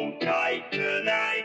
night tonight.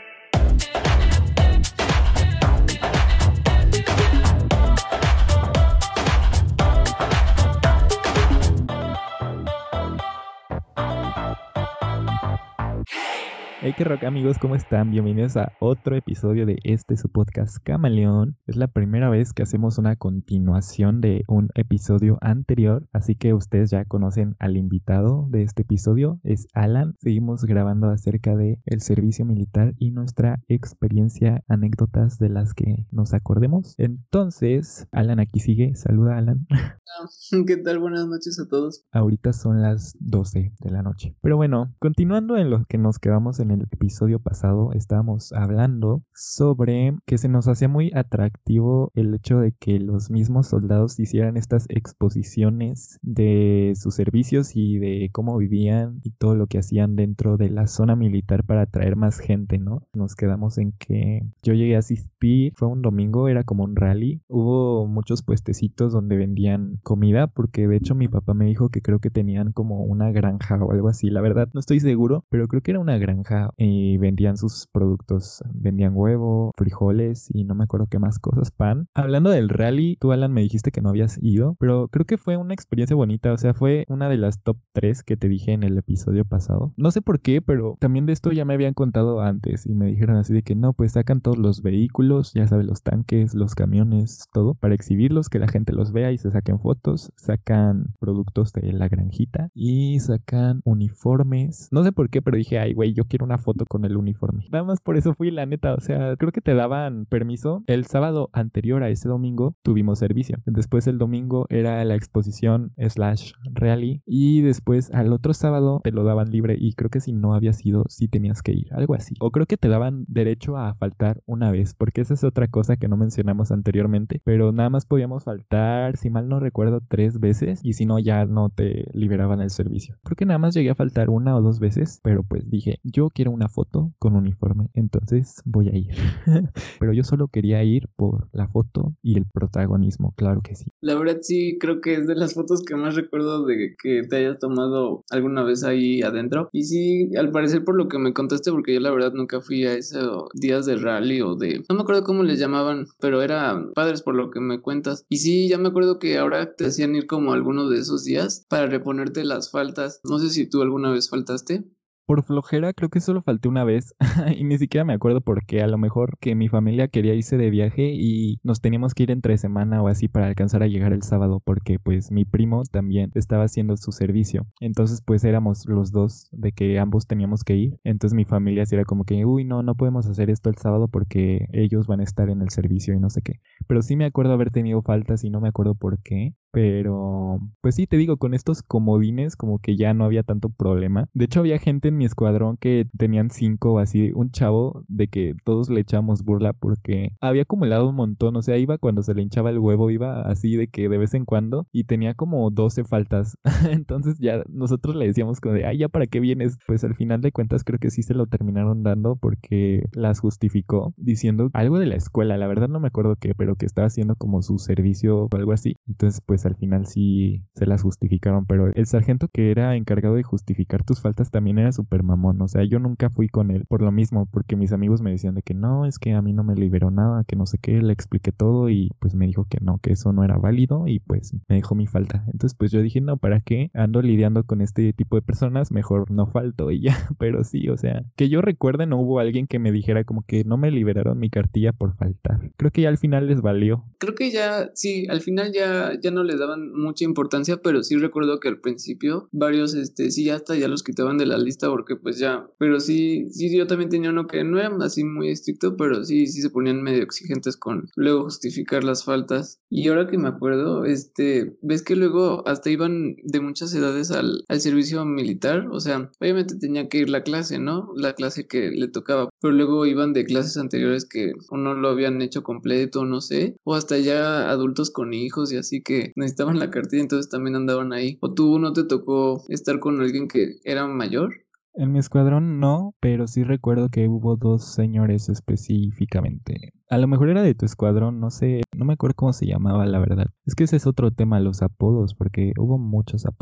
Hey, qué rock amigos, ¿cómo están? Bienvenidos a otro episodio de su podcast Camaleón. Es la primera vez que hacemos una continuación de un episodio anterior, así que ustedes ya conocen al invitado de este episodio, es Alan. Seguimos grabando acerca de el servicio militar y nuestra experiencia, anécdotas de las que nos acordemos. Entonces, Alan aquí sigue. Saluda, Alan. ¿Qué tal? Buenas noches a todos. Ahorita son las 12 de la noche. Pero bueno, continuando en lo que nos quedamos en el episodio pasado, estábamos hablando sobre que se nos hacía muy atractivo el hecho de que los mismos soldados hicieran estas exposiciones de sus servicios y de cómo vivían y todo lo que hacían dentro de la zona militar para atraer más gente, ¿no? Nos quedamos en que yo llegué a asistir, fue un domingo, era como un rally. Hubo muchos puestecitos donde vendían comida, porque de hecho mi papá me dijo que creo que tenían como una granja o algo así. La verdad no estoy seguro, pero creo que era una granja y vendían sus productos. Vendían huevo, frijoles y no me acuerdo qué más cosas, pan. Hablando del rally, tú, Alan, me dijiste que no habías ido, pero creo que fue una experiencia bonita. O sea, fue una de las top 3 que te dije en el episodio pasado. No sé por qué, pero también de esto ya me habían contado antes y me dijeron así de que no, pues sacan todos los vehículos, ya sabes, los tanques, los camiones, todo, para exhibirlos, que la gente los vea y se saquen fotos. Sacan productos de la granjita y sacan uniformes. No sé por qué, pero dije, ay, güey, yo quiero una foto con el uniforme. Nada más por eso fui, la neta. O sea, creo que te daban permiso. El sábado anterior a ese domingo tuvimos servicio. Después el domingo era la exposición / rally. Y después al otro sábado te lo daban libre. Y creo que si no habías ido, sí tenías que ir. Algo así. O creo que te daban derecho a faltar una vez. Porque esa es otra cosa que no mencionamos anteriormente. Pero nada más podíamos faltar, si mal no recuerdo, 3 veces. Y si no, ya no te liberaban el servicio. Creo que nada más llegué a faltar 1 o 2 veces. Pero pues dije, yo quiero una foto con uniforme, entonces voy a ir. Pero yo solo quería ir por la foto y el protagonismo, claro que sí. La verdad sí, creo que es de las fotos que más recuerdo de que te hayas tomado alguna vez ahí adentro. Y sí, al parecer por lo que me contaste, porque yo la verdad nunca fui a esos días de rally o de... No me acuerdo cómo les llamaban, pero eran padres por lo que me cuentas. Y sí, ya me acuerdo que ahora te hacían ir como alguno de esos días para reponerte las faltas. No sé si tú alguna vez faltaste. Por flojera creo que solo falté una vez y ni siquiera me acuerdo por qué. A lo mejor que mi familia quería irse de viaje y nos teníamos que ir entre semana o así para alcanzar a llegar el sábado, porque pues mi primo también estaba haciendo su servicio. Entonces pues éramos los dos de que ambos teníamos que ir. Entonces mi familia sí era como que, uy, no podemos hacer esto el sábado porque ellos van a estar en el servicio y no sé qué. Pero sí me acuerdo haber tenido faltas y no me acuerdo por qué. Pero, pues sí, te digo, con estos comodines como que ya no había tanto problema. De hecho, había gente en mi escuadrón que tenían 5 o así, un chavo de que todos le echamos burla porque había acumulado un montón. O sea, iba cuando se le hinchaba el huevo, iba así de que de vez en cuando y tenía como 12 faltas. Entonces ya nosotros le decíamos como de, ay, ¿ya para qué vienes? Pues al final de cuentas creo que sí se lo terminaron dando porque las justificó diciendo algo de la escuela. La verdad no me acuerdo qué, pero que estaba haciendo como su servicio o algo así. Entonces, pues al final sí se las justificaron, pero el sargento que era encargado de justificar tus faltas también era súper mamón. O sea, yo nunca fui con él por lo mismo, porque mis amigos me decían de que no, es que a mí no me liberó nada, que no sé qué, le expliqué todo y pues me dijo que no, que eso no era válido y pues me dejó mi falta. Entonces pues yo dije, no, ¿para qué? Ando lidiando con este tipo de personas, mejor no falto y ya. Pero sí, o sea, que yo recuerde no hubo alguien que me dijera como que no me liberaron mi cartilla por faltar. Creo que ya al final les valió. Creo que ya, sí, al final ya no les daban mucha importancia, pero sí recuerdo que al principio varios, sí, hasta ya los quitaban de la lista porque pues ya, pero sí, yo también tenía uno que no era así muy estricto, pero sí se ponían medio exigentes con luego justificar las faltas. Y ahora que me acuerdo, ves que luego hasta iban de muchas edades al servicio militar, o sea, obviamente tenía que ir la clase, ¿no? La clase que le tocaba, pero luego iban de clases anteriores que o no lo habían hecho completo, no sé, o hasta ya adultos con hijos y así que necesitaban la cartilla, entonces también andaban ahí. ¿O tú no te tocó estar con alguien que era mayor? En mi escuadrón no, pero sí recuerdo que hubo 2 señores específicamente. A lo mejor era de tu escuadrón, no sé, no me acuerdo cómo se llamaba, la verdad. Es que ese es otro tema, los apodos, porque hubo muchos apodos.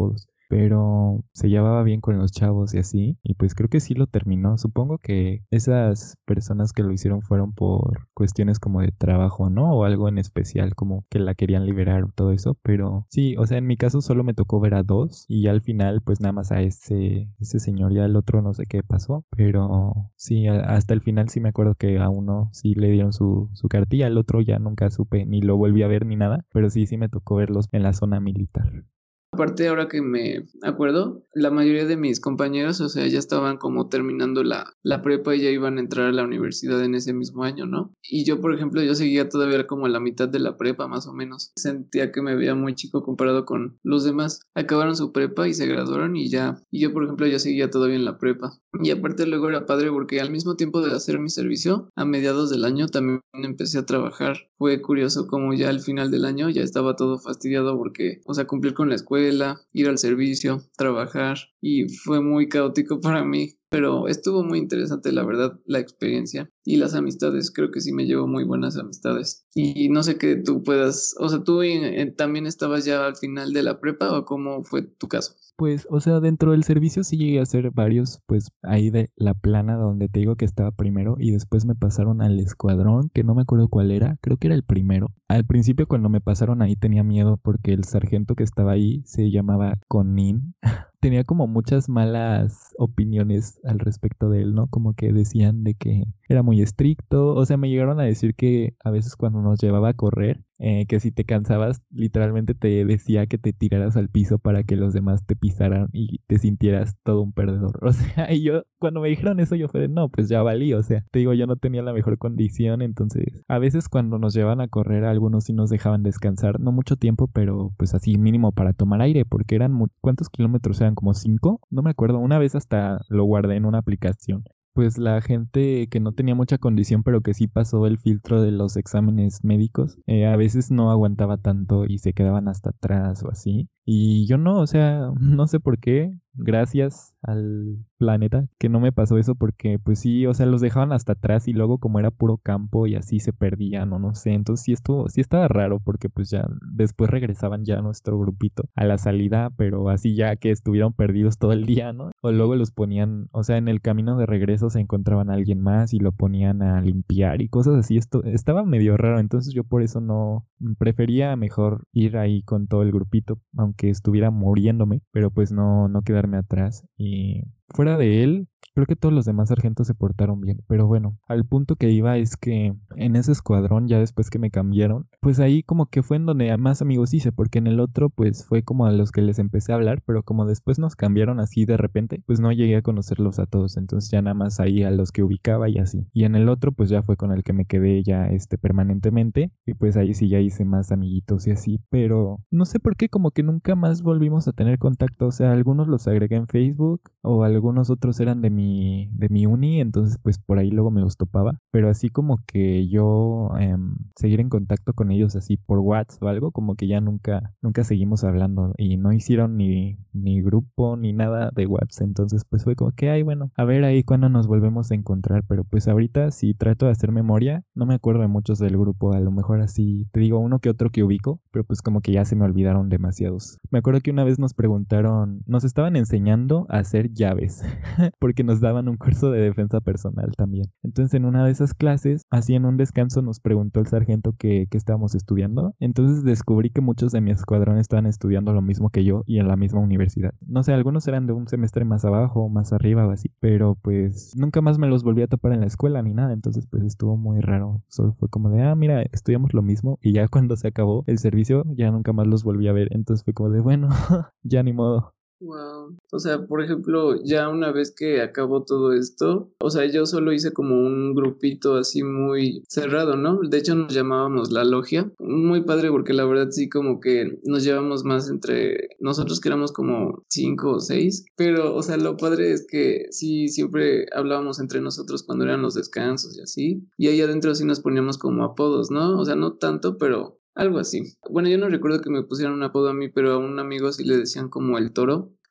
pero se llevaba bien con los chavos y así, y pues creo que sí lo terminó. Supongo que esas personas que lo hicieron fueron por cuestiones como de trabajo, ¿no? O algo en especial, como que la querían liberar o todo eso, pero sí, o sea, en mi caso solo me tocó ver a dos y ya al final pues nada más a ese señor, ya el otro no sé qué pasó, pero sí, hasta el final sí me acuerdo que a uno sí le dieron su cartilla, al otro ya nunca supe ni lo volví a ver ni nada, pero sí me tocó verlos en la zona militar. Aparte, ahora que me acuerdo, la mayoría de mis compañeros, o sea, ya estaban como terminando la prepa y ya iban a entrar a la universidad en ese mismo año, ¿no? Y yo, por ejemplo, yo seguía todavía como a la mitad de la prepa, más o menos. Sentía que me veía muy chico comparado con los demás. Acabaron su prepa y se graduaron y ya. Y yo, por ejemplo, yo seguía todavía en la prepa. Y aparte luego era padre porque al mismo tiempo de hacer mi servicio, a mediados del año también empecé a trabajar. Fue curioso como ya al final del año ya estaba todo fastidiado porque, o sea, cumplir con la escuela, ir al servicio, trabajar y fue muy caótico para mí. Pero estuvo muy interesante, la verdad, la experiencia y las amistades. Creo que sí me llevo muy buenas amistades. Y no sé qué tú puedas, o sea, ¿tú también estabas ya al final de la prepa o cómo fue tu caso? Pues, o sea, dentro del servicio sí llegué a hacer varios, pues ahí de la plana donde te digo que estaba primero y después me pasaron al escuadrón, que no me acuerdo cuál era, creo que era el primero. Al principio cuando me pasaron ahí tenía miedo porque el sargento que estaba ahí se llamaba Conin. Tenía como muchas malas opiniones al respecto de él, ¿no? Como que decían de que era muy estricto, o sea, me llegaron a decir que a veces cuando nos llevaba a correr, que si te cansabas, literalmente te decía que te tiraras al piso para que los demás te pisaran y te sintieras todo un perdedor. O sea, y yo, cuando me dijeron eso, yo fue de, no, pues ya valí, o sea, te digo, yo no tenía la mejor condición, entonces, a veces cuando nos llevan a correr, algunos sí nos dejaban descansar, no mucho tiempo, pero pues así mínimo para tomar aire, porque eran, ¿cuántos kilómetros eran? ¿Como 5? No me acuerdo, una vez hasta lo guardé en una aplicación. Pues la gente que no tenía mucha condición, pero que sí pasó el filtro de los exámenes médicos, a veces no aguantaba tanto y se quedaban hasta atrás o así. Y yo no, o sea, no sé por qué, gracias al planeta que no me pasó eso porque pues sí, o sea, los dejaban hasta atrás y luego como era puro campo y así se perdían o no sé, entonces sí esto sí estaba raro porque pues ya después regresaban ya a nuestro grupito a la salida, pero así ya que estuvieron perdidos todo el día, ¿no? O luego los ponían, o sea, en el camino de regreso se encontraban a alguien más y lo ponían a limpiar y cosas así, esto estaba medio raro, entonces yo por eso no prefería mejor ir ahí con todo el grupito, aunque estuviera muriéndome, pero pues no quedarme atrás. Y fuera de él, creo que todos los demás sargentos se portaron bien, pero bueno, al punto que iba es que en ese escuadrón, ya después que me cambiaron, pues ahí como que fue en donde más amigos hice, porque en el otro pues fue como a los que les empecé a hablar, pero como después nos cambiaron así de repente, pues no llegué a conocerlos a todos, entonces ya nada más ahí a los que ubicaba y así. Y en el otro pues ya fue con el que me quedé ya permanentemente, y pues ahí sí ya hice más amiguitos y así, pero no sé por qué como que nunca más volvimos a tener contacto, o sea, algunos los agregué en Facebook o algunos otros eran de mi uni, entonces pues por ahí luego me los topaba, pero así como que yo seguir en contacto con ellos así por WhatsApp o algo, como que ya nunca seguimos hablando y no hicieron ni grupo ni nada de WhatsApp, entonces pues fue como que, ay, bueno, a ver ahí cuando nos volvemos a encontrar, pero pues ahorita si trato de hacer memoria, no me acuerdo de muchos del grupo, a lo mejor así, te digo uno que otro que ubico, pero pues como que ya se me olvidaron demasiados. Me acuerdo que una vez nos preguntaron, nos estaban enseñando a hacer llaves, porque nos daban un curso de defensa personal también. Entonces en una de esas clases, así en un descanso nos preguntó el sargento que estábamos estudiando. Entonces descubrí que muchos de mi escuadrón estaban estudiando lo mismo que yo y en la misma universidad. No sé, algunos eran de un semestre más abajo, más arriba o así, pero pues nunca más me los volví a topar en la escuela ni nada. Entonces pues estuvo muy raro. Solo fue como de, ah, mira, estudiamos lo mismo y ya cuando se acabó el servicio ya nunca más los volví a ver. Entonces fue como de, bueno, ya ni modo. Wow. O sea, por ejemplo, ya una vez que acabó todo esto, o sea, yo solo hice como un grupito así muy cerrado, ¿no? De hecho, nos llamábamos la logia. Muy padre porque la verdad sí como que nos llevamos más entre nosotros que éramos como 5 o 6, pero, o sea, lo padre es que sí siempre hablábamos entre nosotros cuando eran los descansos y así, y ahí adentro sí nos poníamos como apodos, ¿no? O sea, no tanto, pero algo así. Bueno, yo no recuerdo que me pusieran un apodo a mí, pero a un amigo sí le decían como el toro.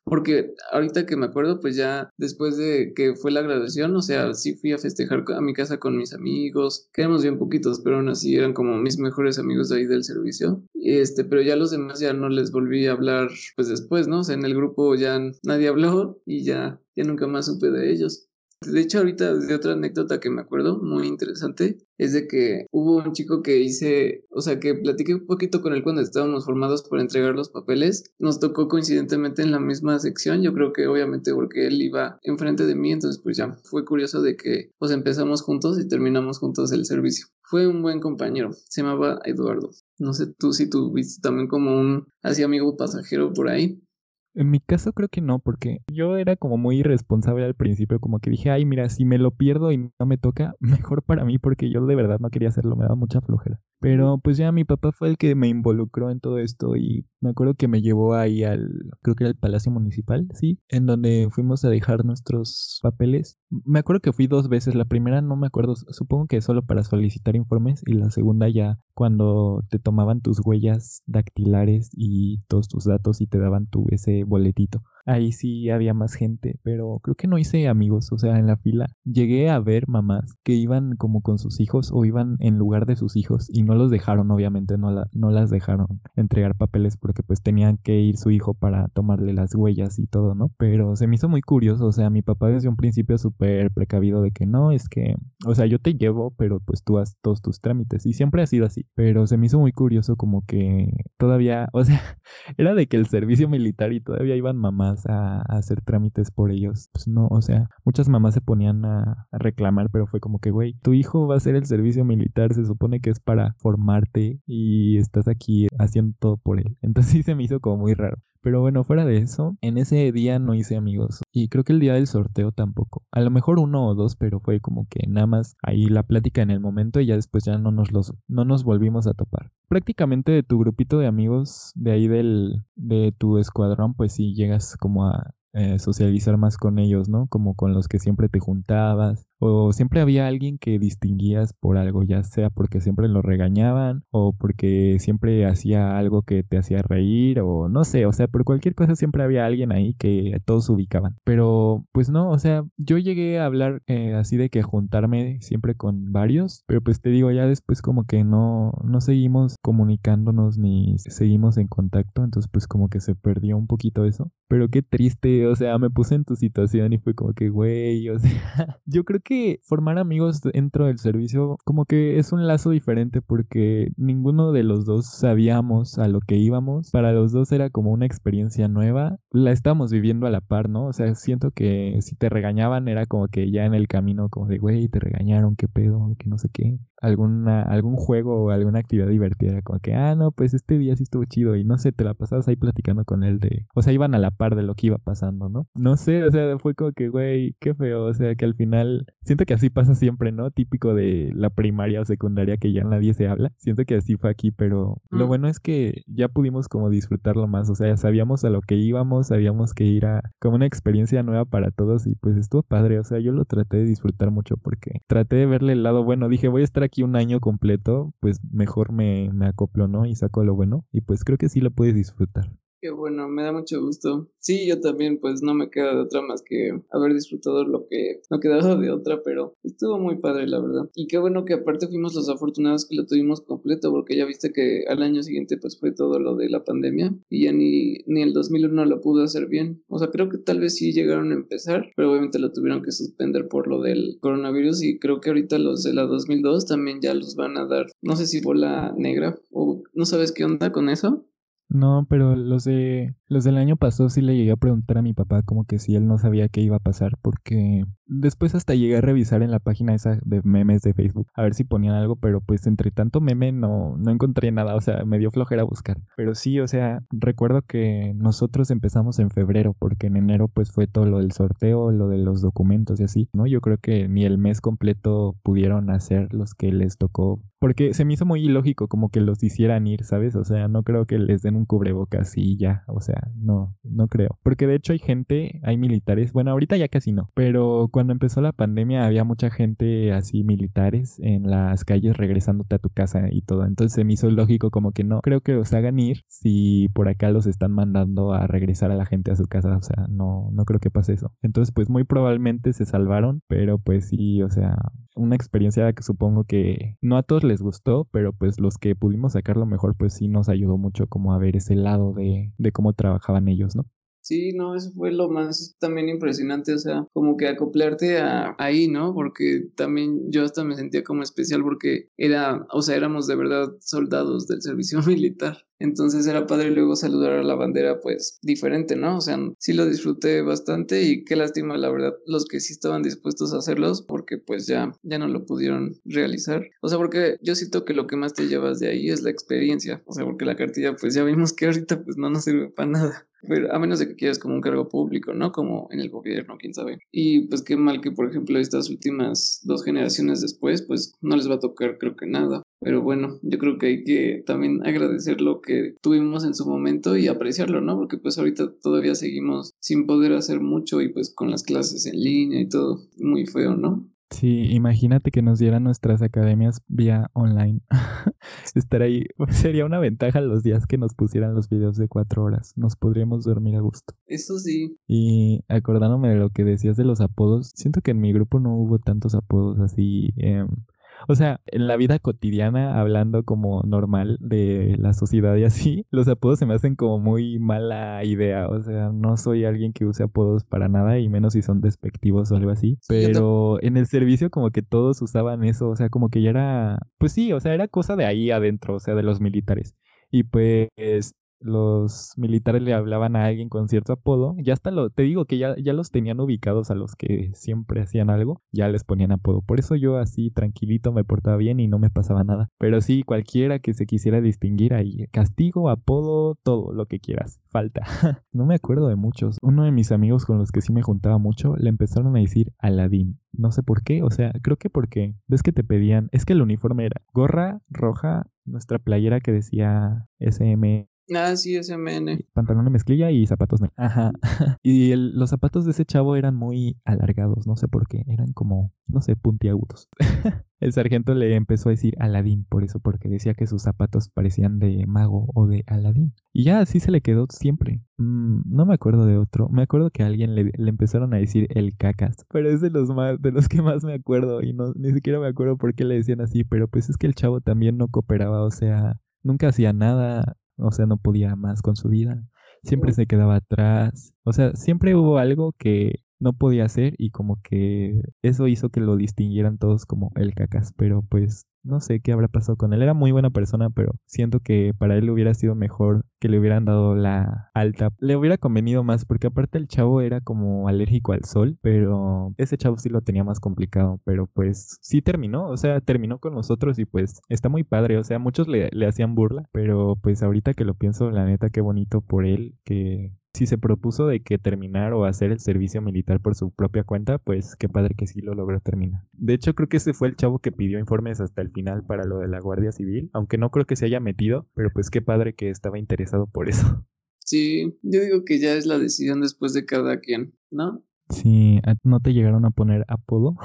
Porque ahorita que me acuerdo, pues ya después de que fue la graduación, o sea, sí fui a festejar a mi casa con mis amigos, que éramos bien poquitos, pero aún así eran como mis mejores amigos de ahí del servicio. Pero ya los demás ya no les volví a hablar, pues después, ¿no? O sea, en el grupo ya nadie habló y ya nunca más supe de ellos. De hecho, ahorita de otra anécdota que me acuerdo, muy interesante, es de que hubo un chico que o sea, que platiqué un poquito con él cuando estábamos formados para entregar los papeles. Nos tocó coincidentemente en la misma sección, yo creo que obviamente porque él iba enfrente de mí, entonces pues ya fue curioso de que pues empezamos juntos y terminamos juntos el servicio. Fue un buen compañero, se llamaba Eduardo. No sé tú si tuviste también como un así amigo pasajero por ahí. En mi caso creo que no, porque yo era como muy irresponsable al principio, como que dije, ay, mira, si me lo pierdo y no me toca, mejor para mí, porque yo de verdad no quería hacerlo, me daba mucha flojera. Pero pues ya mi papá fue el que me involucró en todo esto y me acuerdo que me llevó ahí creo que era el Palacio Municipal, sí, en donde fuimos a dejar nuestros papeles. Me acuerdo que fui 2 veces, la primera no me acuerdo, supongo que solo para solicitar informes y la segunda ya cuando te tomaban tus huellas dactilares y todos tus datos y te daban ese boletito. Ahí sí había más gente, pero creo que no hice amigos, o sea, en la fila llegué a ver mamás que iban como con sus hijos o iban en lugar de sus hijos y no los dejaron, obviamente, no las dejaron entregar papeles porque pues tenían que ir su hijo para tomarle las huellas y todo, ¿no? Pero se me hizo muy curioso, o sea, mi papá desde un principio súper precavido de que no, es que, o sea, yo te llevo, pero pues tú haz todos tus trámites y siempre ha sido así, pero se me hizo muy curioso como que todavía, o sea, era de que el servicio militar y todavía iban mamás a hacer trámites por ellos. Pues no, o sea, muchas mamás se ponían a reclamar, pero fue como que, güey, tu hijo va a hacer el servicio militar, se supone que es para formarte y estás aquí haciendo todo por él. Entonces sí se me hizo como muy raro. Pero bueno, fuera de eso, en ese día no hice amigos. Y creo que el día del sorteo tampoco. A lo mejor uno o dos, pero fue como que nada más ahí la plática en el momento y ya después ya no nos volvimos a topar. Prácticamente de tu grupito de amigos de ahí de tu escuadrón, pues sí llegas como a socializar más con ellos, ¿no? Como con los que siempre te juntabas. O siempre había alguien que distinguías por algo, ya sea porque siempre lo regañaban o porque siempre hacía algo que te hacía reír o no sé, o sea, por cualquier cosa siempre había alguien ahí que todos ubicaban. Pero pues no, o sea, yo llegué a hablar así de que juntarme siempre con varios, pero pues te digo, ya después como que no seguimos comunicándonos ni seguimos en contacto, entonces pues como que se perdió un poquito eso. Pero qué triste, o sea, me puse en tu situación y fue como que, güey, o sea, yo creo que formar amigos dentro del servicio como que es un lazo diferente porque ninguno de los dos sabíamos a lo que íbamos. Para los dos era como una experiencia nueva. La estábamos viviendo a la par, ¿no? O sea, siento que si te regañaban era como que ya en el camino como de, güey, te regañaron, qué pedo, que no sé qué. Algún juego o alguna actividad divertida, era como que, no, pues este día sí estuvo chido y no sé, te la pasabas ahí platicando con él o sea, iban a la par de lo que iba pasando, ¿no? No sé, o sea, fue como que, güey, qué feo, o sea, que al final, siento que así pasa siempre, ¿no? Típico de la primaria o secundaria que ya nadie se habla, siento que así fue aquí, pero lo bueno es que ya pudimos como disfrutarlo más, o sea, ya sabíamos a lo que íbamos, sabíamos que era como una experiencia nueva para todos y pues estuvo padre, o sea, yo lo traté de disfrutar mucho porque traté de verle el lado bueno, dije, voy a estar aquí un año completo, pues mejor me acoplo, ¿no? Y saco lo bueno y pues creo que sí lo puedes disfrutar. Qué bueno, me da mucho gusto. Sí, yo también, pues no me queda de otra más que haber disfrutado lo que no quedaba de otra, pero estuvo muy padre, la verdad. Y qué bueno que aparte fuimos los afortunados que lo tuvimos completo, porque ya viste que al año siguiente pues fue todo lo de la pandemia y ya ni el 2001 lo pudo hacer bien. O sea, creo que tal vez sí llegaron a empezar, pero obviamente lo tuvieron que suspender por lo del coronavirus y creo que ahorita los de la 2002 también ya los van a dar, no sé si bola negra o no sabes qué onda con eso. No, pero los del año pasado sí le llegué a preguntar a mi papá como que si él no sabía qué iba a pasar, porque después hasta llegué a revisar en la página esa de memes de Facebook a ver si ponían algo, pero pues entre tanto meme no encontré nada, o sea, me dio flojera buscar. Pero sí, o sea, recuerdo que nosotros empezamos en febrero, porque en enero pues fue todo lo del sorteo, lo de los documentos y así, ¿no? Yo creo que ni el mes completo pudieron hacer los que les tocó, porque se me hizo muy ilógico como que los hicieran ir, ¿sabes? O sea, no creo que les den un cubrebocas y ya, o sea, no creo. Porque de hecho hay militares, bueno, ahorita ya casi no, pero cuando empezó la pandemia había mucha gente así militares en las calles regresándote a tu casa y todo. Entonces se me hizo lógico como que no creo que los hagan ir si por acá los están mandando a regresar a la gente a su casa. O sea, no creo que pase eso. Entonces pues muy probablemente se salvaron, pero pues sí, o sea, una experiencia que supongo que no a todos les gustó, pero pues los que pudimos sacar lo mejor pues sí nos ayudó mucho como a ver ese lado de cómo trabajaban ellos, ¿no? Sí, no, eso fue lo más también impresionante, o sea, como que acoplarte a ahí, ¿no? Porque también yo hasta me sentía como especial porque era, o sea, éramos de verdad soldados del servicio militar. Entonces era padre luego saludar a la bandera, pues diferente, ¿no? O sea, sí lo disfruté bastante y qué lástima, la verdad, los que sí estaban dispuestos a hacerlos, porque pues ya no lo pudieron realizar. O sea, porque yo siento que lo que más te llevas de ahí es la experiencia. O sea, porque la cartilla, pues ya vimos que ahorita pues no nos sirve para nada. Pero a menos de que quieras como un cargo público, ¿no? Como en el gobierno, quién sabe. Y pues qué mal que, por ejemplo, estas últimas dos generaciones después, pues no les va a tocar creo que nada. Pero bueno, yo creo que hay que también agradecer lo que tuvimos en su momento y apreciarlo, ¿no? Porque pues ahorita todavía seguimos sin poder hacer mucho y pues con las clases en línea y todo, muy feo, ¿no? Sí, imagínate que nos dieran nuestras academias vía online. Estar ahí sería una ventaja los días que nos pusieran los videos de 4 horas. Nos podríamos dormir a gusto. Eso sí. Y acordándome de lo que decías de los apodos, siento que en mi grupo no hubo tantos apodos así. O sea, en la vida cotidiana, hablando como normal de la sociedad y así, los apodos se me hacen como muy mala idea. O sea, no soy alguien que use apodos para nada, y menos si son despectivos o algo así. Sí, yo también. Pero en el servicio como que todos usaban eso. O sea, como que ya era, pues sí, o sea, era cosa de ahí adentro, o sea, de los militares. Y pues los militares le hablaban a alguien con cierto apodo, ya hasta te digo que ya los tenían ubicados a los que siempre hacían algo, ya les ponían apodo. Por eso yo así tranquilito me portaba bien y no me pasaba nada. Pero sí, cualquiera que se quisiera distinguir ahí, castigo, apodo, todo lo que quieras, falta. No me acuerdo de muchos. Uno de mis amigos con los que sí me juntaba mucho le empezaron a decir Aladín. No sé por qué, o sea, creo que porque ves que te pedían, es que el uniforme era gorra roja, nuestra playera que decía SM, Ah, sí, SMN. pantalón de mezclilla y zapatos negros. Ajá. Y los zapatos de ese chavo eran muy alargados, no sé por qué, eran como, no sé, puntiagudos. El sargento le empezó a decir Aladín por eso, porque decía que sus zapatos parecían de mago o de Aladín. Y ya así se le quedó siempre. No me acuerdo de otro. Me acuerdo que a alguien le empezaron a decir el cacas, pero es de los más, de los que más me acuerdo y no, ni siquiera me acuerdo por qué le decían así, pero pues es que el chavo también no cooperaba, o sea, nunca hacía nada, o sea, no podía más con su vida. Siempre se quedaba atrás. O sea, siempre hubo algo que no podía hacer y como que eso hizo que lo distinguieran todos como el cacas. Pero pues no sé qué habrá pasado con él. Era muy buena persona, pero siento que para él hubiera sido mejor que le hubieran dado la alta. Le hubiera convenido más porque aparte el chavo era como alérgico al sol, pero ese chavo sí lo tenía más complicado. Pero pues sí terminó, o sea, terminó con nosotros y pues está muy padre. O sea, muchos le hacían burla, pero pues ahorita que lo pienso, la neta, qué bonito por él que si se propuso de que terminar o hacer el servicio militar por su propia cuenta, pues qué padre que sí lo logró terminar. De hecho, creo que ese fue el chavo que pidió informes hasta el final para lo de la Guardia Civil, aunque no creo que se haya metido, pero pues qué padre que estaba interesado por eso. Sí, yo digo que ya es la decisión después de cada quien, ¿no? Sí, ¿no te llegaron a poner apodo?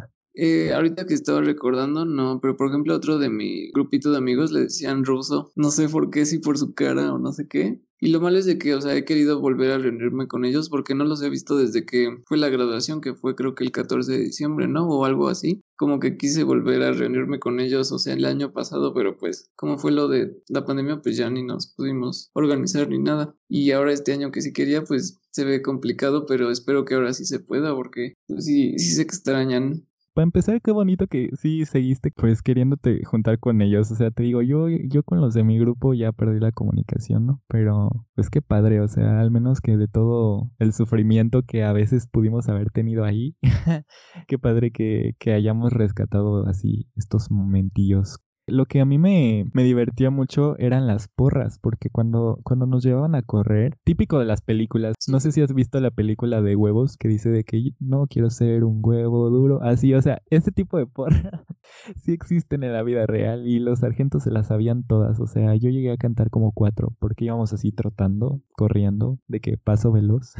Ahorita que estaba recordando, no, pero por ejemplo otro de mi grupito de amigos le decían ruso, no sé por qué, si por su cara o no sé qué. Y lo malo es de que, o sea, he querido volver a reunirme con ellos porque no los he visto desde que fue la graduación, que fue creo que el 14 de diciembre, ¿no? O algo así. Como que quise volver a reunirme con ellos, o sea, el año pasado, pero pues como fue lo de la pandemia, pues ya ni nos pudimos organizar ni nada. Y ahora este año que sí quería, pues se ve complicado, pero espero que ahora sí se pueda porque pues, sí, sí sé que extrañan. Para empezar, qué bonito que sí seguiste pues queriéndote juntar con ellos. O sea, te digo, yo con los de mi grupo ya perdí la comunicación, ¿no? Pero pues qué padre, o sea, al menos que de todo el sufrimiento que a veces pudimos haber tenido ahí, qué padre que hayamos rescatado así estos momentillos. Lo que a mí me divertía mucho eran las porras, porque cuando nos llevaban a correr, típico de las películas, no sé Sí. si has visto la película de huevos que dice de que no quiero ser un huevo duro, así, o sea, ese tipo de porra sí existen en la vida real y los sargentos se las sabían todas, o sea, yo llegué a cantar como cuatro, porque íbamos así trotando, corriendo, de que paso veloz,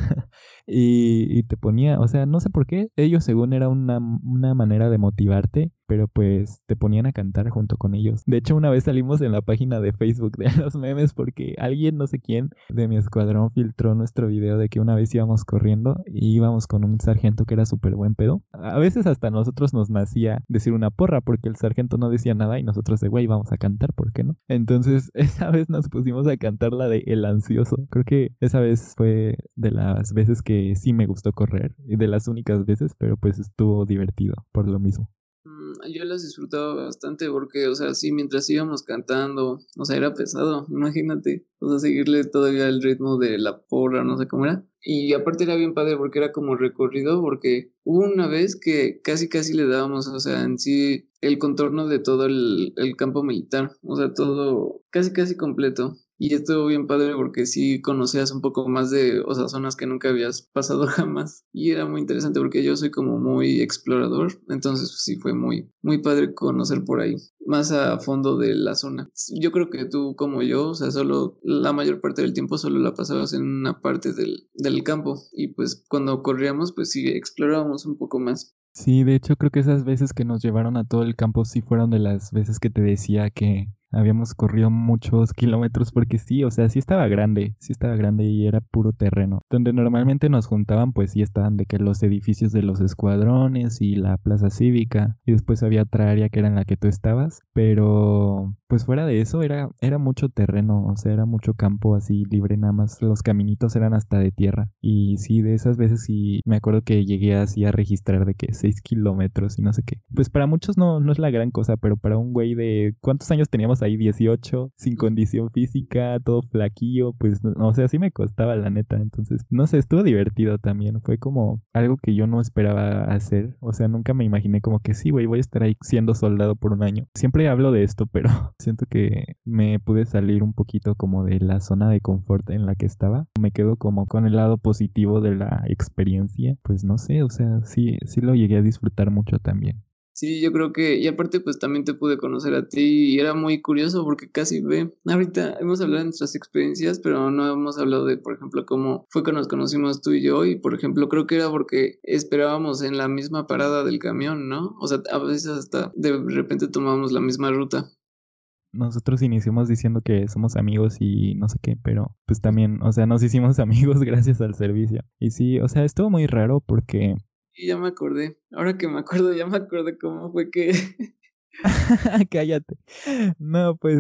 y te ponía, o sea, no sé por qué, ellos según era una manera de motivarte, pero pues te ponían a cantar junto con ellos. De hecho, una vez salimos en la página de Facebook de los memes porque alguien, no sé quién, de mi escuadrón filtró nuestro video de que una vez íbamos corriendo y íbamos con un sargento que era súper buen pedo. A veces hasta a nosotros nos nacía decir una porra porque el sargento no decía nada y nosotros de, güey, vamos a cantar, ¿por qué no? Entonces, esa vez nos pusimos a cantar la de El Ansioso. Creo que esa vez fue de las veces que sí me gustó correr y de las únicas veces, pero pues estuvo divertido por lo mismo. Yo las disfrutaba bastante porque, o sea, sí, mientras íbamos cantando, o sea, era pesado, imagínate, o sea, seguirle todavía el ritmo de la porra, no sé cómo era. Y aparte era bien padre porque era como recorrido, porque hubo una vez que casi casi le dábamos, o sea, en sí el contorno de todo el campo militar, o sea, todo casi casi completo. Y estuvo bien padre porque sí conocías un poco más de, o sea, zonas que nunca habías pasado jamás. Y era muy interesante porque yo soy como muy explorador, entonces pues, sí fue muy padre conocer por ahí, más a fondo de la zona. Yo creo que tú como yo, o sea, solo la mayor parte del tiempo solo la pasabas en una parte del campo y pues cuando corríamos pues sí explorábamos un poco más. Sí, de hecho creo que esas veces que nos llevaron a todo el campo sí fueron de las veces que te decía que habíamos corrido muchos kilómetros porque sí, o sea, sí estaba grande y era puro terreno. Donde normalmente nos juntaban pues sí estaban de que los edificios de los escuadrones y la plaza cívica y después había otra área que era en la que tú estabas, pero pues fuera de eso era mucho terreno, o sea, era mucho campo así libre, nada más los caminitos eran hasta de tierra. Y sí, de esas veces sí me acuerdo que llegué así a registrar de que 6 kilómetros y no sé qué. Pues para muchos no es la gran cosa, pero para un güey de ¿cuántos años teníamos ahí? 18 sin condición física, todo flaquillo, pues no, o sea, sí me costaba la neta. Entonces, no sé, estuvo divertido también. Fue como algo que yo no esperaba hacer. O sea, nunca me imaginé como que sí, güey, voy a estar ahí siendo soldado por un año. Siempre hablo de esto, pero siento que me pude salir un poquito como de la zona de confort en la que estaba. Me quedo como con el lado positivo de la experiencia. Pues no sé, o sea, sí lo llegué a disfrutar mucho también. Sí, yo creo que, y aparte pues también te pude conocer a ti y era muy curioso porque casi ve, ahorita hemos hablado de nuestras experiencias, pero no hemos hablado de, por ejemplo, cómo fue que nos conocimos tú y yo y, por ejemplo, creo que era porque esperábamos en la misma parada del camión, ¿no? O sea, a veces hasta de repente tomábamos la misma ruta. Nosotros iniciamos diciendo que somos amigos y no sé qué, pero pues también, o sea, nos hicimos amigos gracias al servicio. Y sí, o sea, estuvo muy raro porque... Y ya me acordé, ahora que me acuerdo, ya me acordé cómo fue que... Cállate. No, pues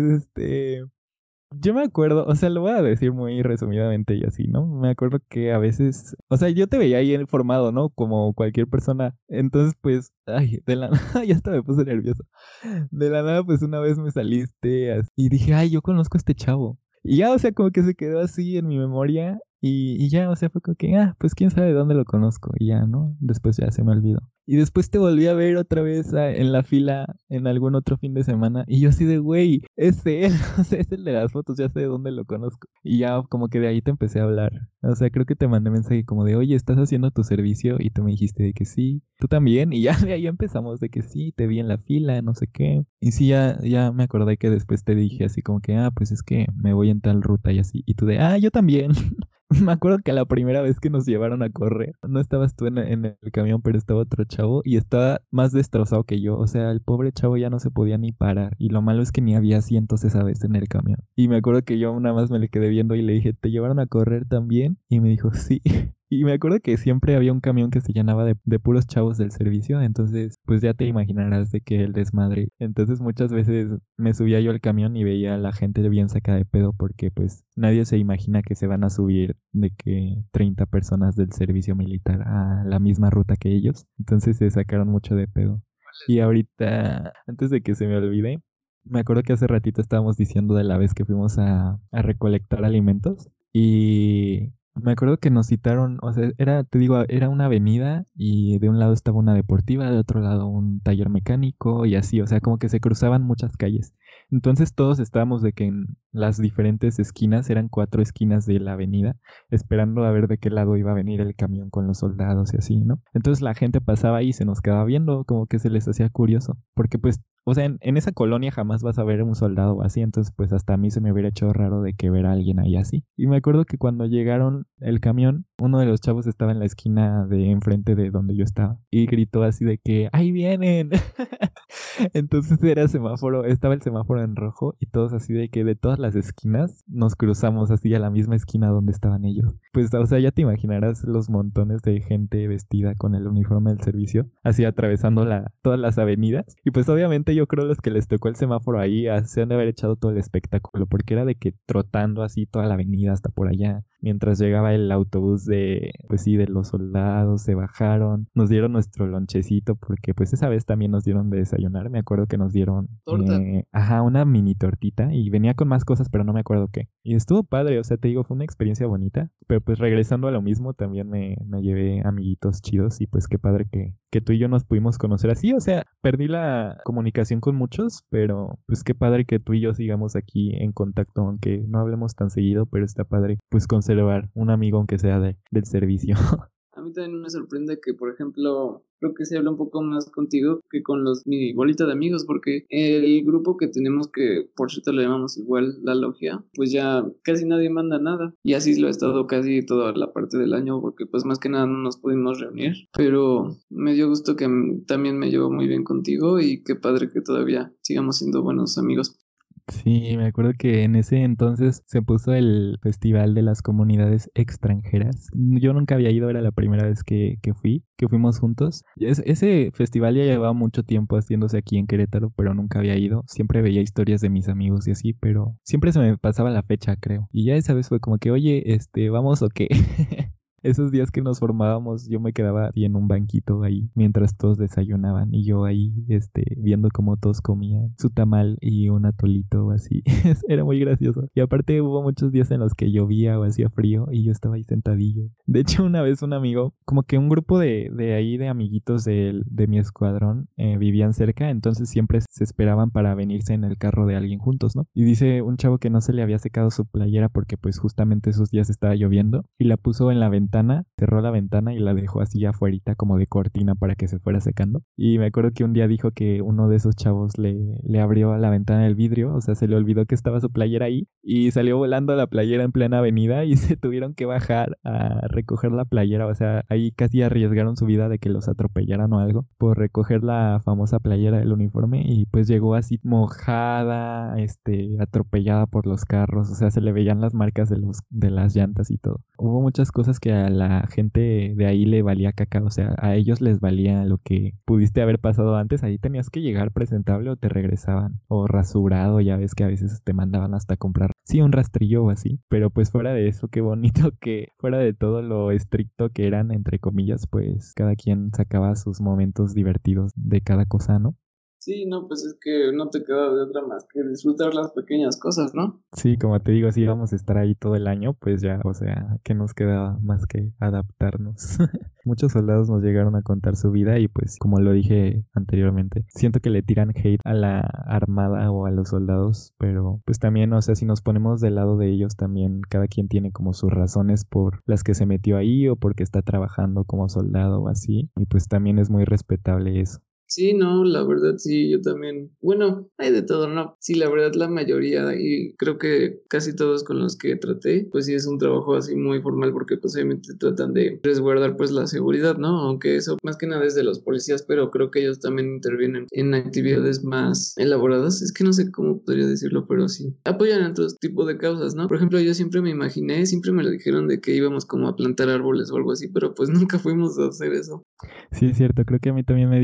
yo me acuerdo, o sea, lo voy a decir muy resumidamente y así, ¿no? Me acuerdo que a veces, o sea, yo te veía ahí informado, ¿no? Como cualquier persona. Entonces, pues, ay, de la nada, ya hasta me puse nervioso. De la nada, pues una vez me saliste y dije, ay, yo conozco a este chavo. Y ya, o sea, como que se quedó así en mi memoria y ya, o sea, fue como que, pues quién sabe de dónde lo conozco. Y ya, ¿no? Después ya se me olvidó. Y después te volví a ver otra vez en la fila en algún otro fin de semana. Y yo así de, güey, es él, o sea, es el de las fotos, ya sé de dónde lo conozco. Y ya como que de ahí te empecé a hablar. O sea, creo que te mandé mensaje como de, oye, ¿estás haciendo tu servicio? Y tú me dijiste de que sí, tú también. Y ya de ahí empezamos de que sí, te vi en la fila, no sé qué. Y sí, ya me acordé que después te dije así como que, pues es que me voy en tal ruta y así. Y tú de, yo también. Me acuerdo que la primera vez que nos llevaron a correr, no estabas tú en el camión, pero estaba otro chavo y estaba más destrozado que yo. O sea, el pobre chavo ya no se podía ni parar. Y lo malo es que ni había asientos esa vez en el camión. Y me acuerdo que yo nada más me le quedé viendo y le dije, ¿te llevaron a correr también? Y me dijo, sí. Y me acuerdo que siempre había un camión que se llenaba de puros chavos del servicio, entonces pues ya te imaginarás de que el desmadre. Entonces muchas veces me subía yo al camión y veía a la gente bien sacada de pedo porque pues nadie se imagina que se van a subir de que 30 personas del servicio militar a la misma ruta que ellos. Entonces se sacaron mucho de pedo. Y ahorita, antes de que se me olvide, me acuerdo que hace ratito estábamos diciendo de la vez que fuimos a recolectar alimentos. Y Me acuerdo que nos citaron, o sea, era, te digo, era una avenida y de un lado estaba una deportiva, de otro lado un taller mecánico y así, o sea, como que se cruzaban muchas calles. Entonces todos estábamos de que en las diferentes esquinas, eran 4 esquinas de la avenida, esperando a ver de qué lado iba a venir el camión con los soldados y así, ¿no? Entonces la gente pasaba ahí y se nos quedaba viendo, como que se les hacía curioso, porque pues o sea, en esa colonia jamás vas a ver un soldado así, entonces pues hasta a mí se me hubiera hecho raro de que ver a alguien ahí así. Y me acuerdo que cuando llegaron el camión, uno de los chavos estaba en la esquina de enfrente de donde yo estaba y gritó así de que ¡ahí vienen! Entonces era semáforo, estaba el semáforo en rojo y todos así de que de todas las esquinas nos cruzamos así a la misma esquina donde estaban ellos. Pues, o sea, ya te imaginarás los montones de gente vestida con el uniforme del servicio, así atravesando todas las avenidas. Y pues obviamente yo creo los que les tocó el semáforo ahí se han de haber echado todo el espectáculo, porque era de que trotando así toda la avenida hasta por allá. Mientras llegaba el autobús pues sí, de los soldados, se bajaron, nos dieron nuestro lonchecito, porque pues esa vez también nos dieron de desayunar, me acuerdo que nos dieron, Torta. ajá, una mini tortita y venía con más cosas, pero no me acuerdo qué. Y estuvo padre, o sea, te digo, fue una experiencia bonita, pero pues regresando a lo mismo, también me llevé amiguitos chidos y pues qué padre que tú y yo nos pudimos conocer así, o sea, perdí la comunicación con muchos, pero pues qué padre que tú y yo sigamos aquí en contacto, aunque no hablemos tan seguido, pero está padre pues conservar un amigo aunque sea del servicio. A mí también me sorprende que, por ejemplo, creo que se habla un poco más contigo que con mi bolita de amigos, porque el grupo que tenemos, que por cierto le llamamos igual la logia, pues ya casi nadie manda nada. Y así lo ha estado casi toda la parte del año, porque pues más que nada no nos pudimos reunir. Pero me dio gusto que también me llevo muy bien contigo y qué padre que todavía sigamos siendo buenos amigos. Sí, me acuerdo que en ese entonces se puso el Festival de las Comunidades Extranjeras. Yo nunca había ido, era la primera vez que fuimos juntos. Ese festival ya llevaba mucho tiempo haciéndose aquí en Querétaro, pero nunca había ido. Siempre veía historias de mis amigos y así, pero siempre se me pasaba la fecha, creo. Y ya esa vez fue como que, oye, ¿vamos o qué? Esos días que nos formábamos, yo me quedaba ahí en un banquito ahí mientras todos desayunaban y yo ahí, viendo cómo todos comían su tamal y un atolito o así. Era muy gracioso. Y aparte hubo muchos días en los que llovía o hacía frío y yo estaba ahí sentadillo. De hecho, una vez un amigo, como que un grupo de ahí de amiguitos de mi escuadrón vivían cerca, entonces siempre se esperaban para venirse en el carro de alguien juntos, ¿no? Y dice un chavo que no se le había secado su playera porque pues justamente esos días estaba lloviendo y la puso en la ventana, cerró la ventana y la dejó así afuerita como de cortina para que se fuera secando. Y me acuerdo que un día dijo que uno de esos chavos le abrió a la ventana el vidrio, o sea, se le olvidó que estaba su playera ahí y salió volando la playera en plena avenida y se tuvieron que bajar a recoger la playera, o sea, ahí casi arriesgaron su vida de que los atropellaran o algo por recoger la famosa playera del uniforme y pues llegó así mojada, atropellada por los carros, o sea, se le veían las marcas de las llantas y todo. Hubo muchas cosas que a la gente de ahí le valía caca, o sea, a ellos les valía lo que pudiste haber pasado antes, ahí tenías que llegar presentable o te regresaban, o rasurado, ya ves que a veces te mandaban hasta comprar, sí, un rastrillo o así, pero pues fuera de eso, qué bonito que fuera de todo lo estricto que eran, entre comillas, pues cada quien sacaba sus momentos divertidos de cada cosa, ¿no? Sí, no, pues es que no te queda de otra más que disfrutar las pequeñas cosas, ¿no? Sí, como te digo, si íbamos a estar ahí todo el año, pues ya, o sea, ¿qué nos quedaba más que adaptarnos? Muchos soldados nos llegaron a contar su vida y pues, como lo dije anteriormente, siento que le tiran hate a la armada o a los soldados, pero pues también, o sea, si nos ponemos del lado de ellos también, cada quien tiene como sus razones por las que se metió ahí o porque está trabajando como soldado o así, y pues también es muy respetable eso. Sí, no, la verdad sí, yo también. Bueno, hay de todo, ¿no? Sí, la verdad la mayoría y creo que casi todos con los que traté, pues sí es un trabajo así muy formal porque pues obviamente tratan de resguardar pues la seguridad, ¿no? Aunque eso más que nada es de los policías, pero creo que ellos también intervienen en actividades más elaboradas. Es que no sé cómo podría decirlo, pero sí. Apoyan a otros tipos de causas, ¿no? Por ejemplo, yo siempre me imaginé, siempre me lo dijeron de que íbamos como a plantar árboles o algo así, pero pues nunca fuimos a hacer eso. Sí, es cierto, creo que a mí también me dijeron eso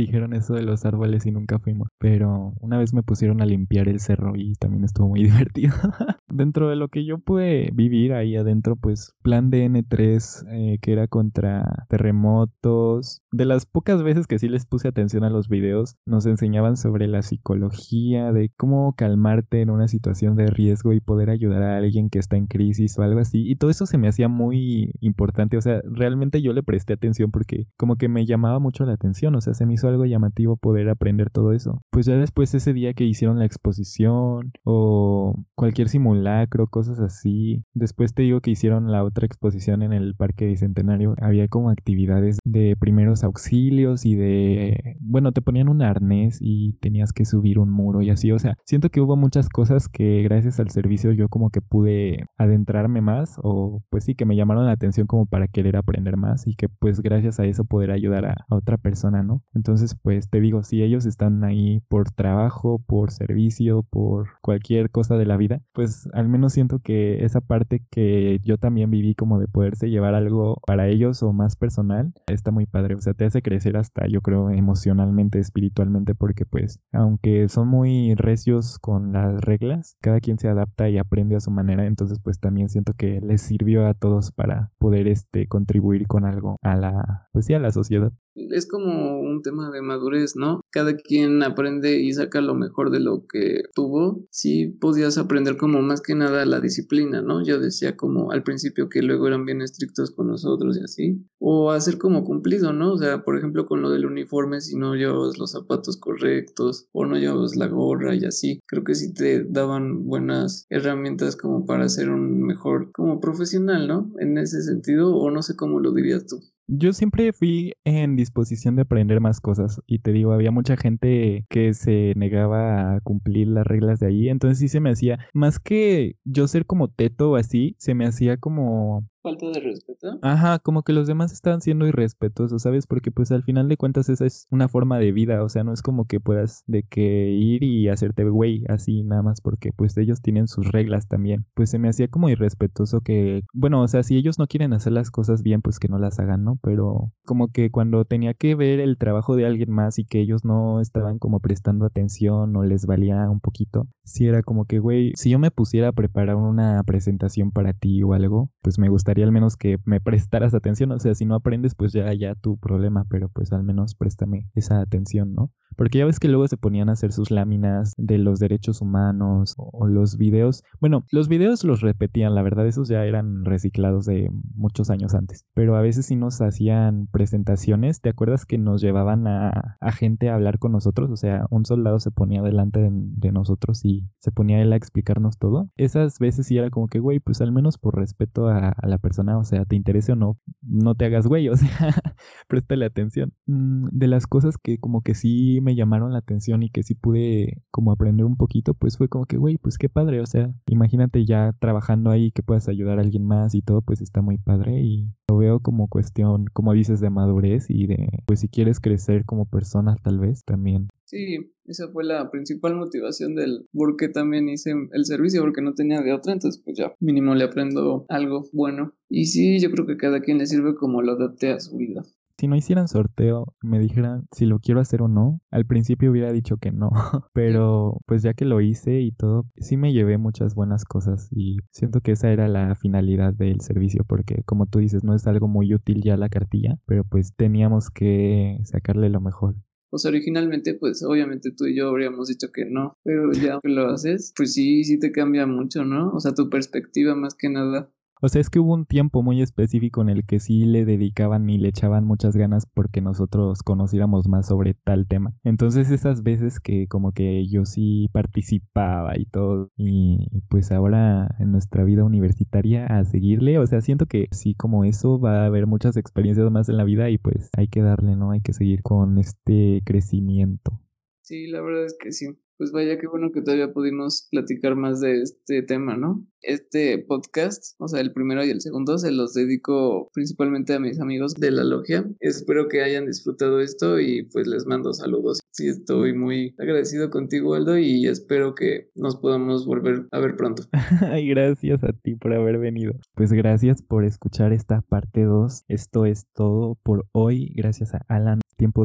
eso de los árboles y nunca fuimos. Pero una vez me pusieron a limpiar el cerro y también estuvo muy divertido. Dentro de lo que yo pude vivir ahí adentro, pues plan de N3, que era contra terremotos. De las pocas veces que sí les puse atención a los videos, nos enseñaban sobre la psicología, de cómo calmarte en una situación de riesgo y poder ayudar a alguien que está en crisis o algo así. Y todo eso se me hacía muy importante. O sea, realmente yo le presté atención porque como que me llamaba mucho la atención. O sea, se me hizo algo llamativo poder aprender todo eso. Pues ya después ese día que hicieron la exposición o cualquier simulacro, cosas así. Después te digo que hicieron la otra exposición en el Parque Bicentenario. Había como actividades de primeros auxilios y de, bueno, te ponían un arnés y tenías que subir un muro y así. O sea, siento que hubo muchas cosas que gracias al servicio yo como que pude adentrarme más o pues sí que me llamaron la atención como para querer aprender más y que pues gracias a eso poder ayudar a otra persona, ¿no? Entonces pues te digo, si ellos están ahí por trabajo, por servicio, por cualquier cosa de la vida, pues al menos siento que esa parte que yo también viví como de poderse llevar algo para ellos o más personal, está muy padre. O sea, te hace crecer hasta yo creo emocionalmente, espiritualmente, porque pues aunque son muy recios con las reglas, cada quien se adapta y aprende a su manera. Entonces pues también siento que les sirvió a todos para poder contribuir con algo a la, pues sí, a la sociedad. Es como un tema de madurez, ¿no? Cada quien aprende y saca lo mejor de lo que tuvo. Sí podías aprender como más que nada la disciplina, ¿no? Yo decía como al principio que luego eran bien estrictos con nosotros y así. O hacer como cumplido, ¿no? O sea, por ejemplo, con lo del uniforme, si no llevabas los zapatos correctos o no llevabas la gorra y así. Creo que sí te daban buenas herramientas como para ser un mejor como profesional, ¿no? En ese sentido, o no sé cómo lo dirías tú. Yo siempre fui en disposición de aprender más cosas y te digo, había mucha gente que se negaba a cumplir las reglas de ahí, entonces sí se me hacía, más que yo ser como teto o así, se me hacía como Falta de respeto. ajá, como que los demás estaban siendo irrespetuosos, ¿sabes? Porque pues al final de cuentas esa es una forma de vida, o sea, no es como que puedas de que ir y hacerte güey así nada más porque pues ellos tienen sus reglas también. Pues se me hacía como irrespetuoso que, bueno, o sea, si ellos no quieren hacer las cosas bien, pues que no las hagan, ¿no? Pero como que cuando tenía que ver el trabajo de alguien más y que ellos no estaban como prestando atención o les valía un poquito, sí era como que, güey, si yo me pusiera a preparar una presentación para ti o algo, pues me gustaría al menos que me prestaras atención. O sea, si no aprendes, pues ya tu problema, pero pues al menos préstame esa atención, ¿no? Porque ya ves que luego se ponían a hacer sus láminas de los derechos humanos o los videos. Bueno, los videos los repetían, la verdad, esos ya eran reciclados de muchos años antes. Pero a veces sí nos hacían presentaciones. ¿Te acuerdas que nos llevaban a gente a hablar con nosotros? O sea, un soldado se ponía delante de nosotros y se ponía él a explicarnos todo. Esas veces sí era como que, güey, pues al menos por respeto a la persona, o sea, te interese o no, no te hagas güey, o sea, préstale atención. De las cosas que como que sí me llamaron la atención y que sí pude como aprender un poquito, pues fue como que, güey, pues qué padre, o sea, imagínate ya trabajando ahí que puedas ayudar a alguien más y todo, pues está muy padre y lo veo como cuestión, como dices, de madurez y de, pues si quieres crecer como persona tal vez también. Sí, esa fue la principal motivación del por qué también hice el servicio, porque no tenía de otra, entonces pues ya mínimo le aprendo algo bueno. Y sí, yo creo que cada quien le sirve como lo adapte a su vida. Si no hicieran sorteo, me dijeran si lo quiero hacer o no, al principio hubiera dicho que no, pero pues ya que lo hice y todo, sí me llevé muchas buenas cosas y siento que esa era la finalidad del servicio, porque como tú dices, no es algo muy útil ya la cartilla, pero pues teníamos que sacarle lo mejor. O sea, originalmente, pues obviamente tú y yo habríamos dicho que no, pero ya que lo haces, pues sí, sí te cambia mucho, ¿no? O sea, tu perspectiva más que nada. O sea, es que hubo un tiempo muy específico en el que sí le dedicaban y le echaban muchas ganas porque nosotros conociéramos más sobre tal tema. Entonces esas veces que como que yo sí participaba y todo, y pues ahora en nuestra vida universitaria a seguirle, o sea, siento que sí como eso va a haber muchas experiencias más en la vida y pues hay que darle, ¿no? Hay que seguir con este crecimiento. Sí, la verdad es que sí. Pues vaya, qué bueno que todavía pudimos platicar más de este tema, ¿no? Este podcast, o sea, el primero y el segundo, se los dedico principalmente a mis amigos de la logia. Espero que hayan disfrutado esto y pues les mando saludos. Sí, estoy muy agradecido contigo, Aldo, y espero que nos podamos volver a ver pronto. Ay, gracias a ti por haber venido. Pues gracias por escuchar esta parte 2. Esto es todo por hoy. Gracias a Alan. Tiempo de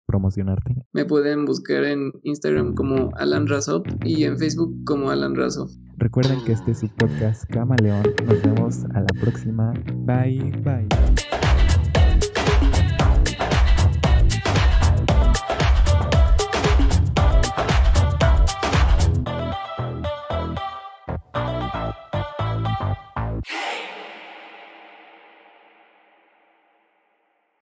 promocionarte. Me pueden buscar en Instagram como Alan Razop y en Facebook como Alan Razo. Recuerden que este es su podcast Camaleón. Nos vemos a la próxima. Bye, bye.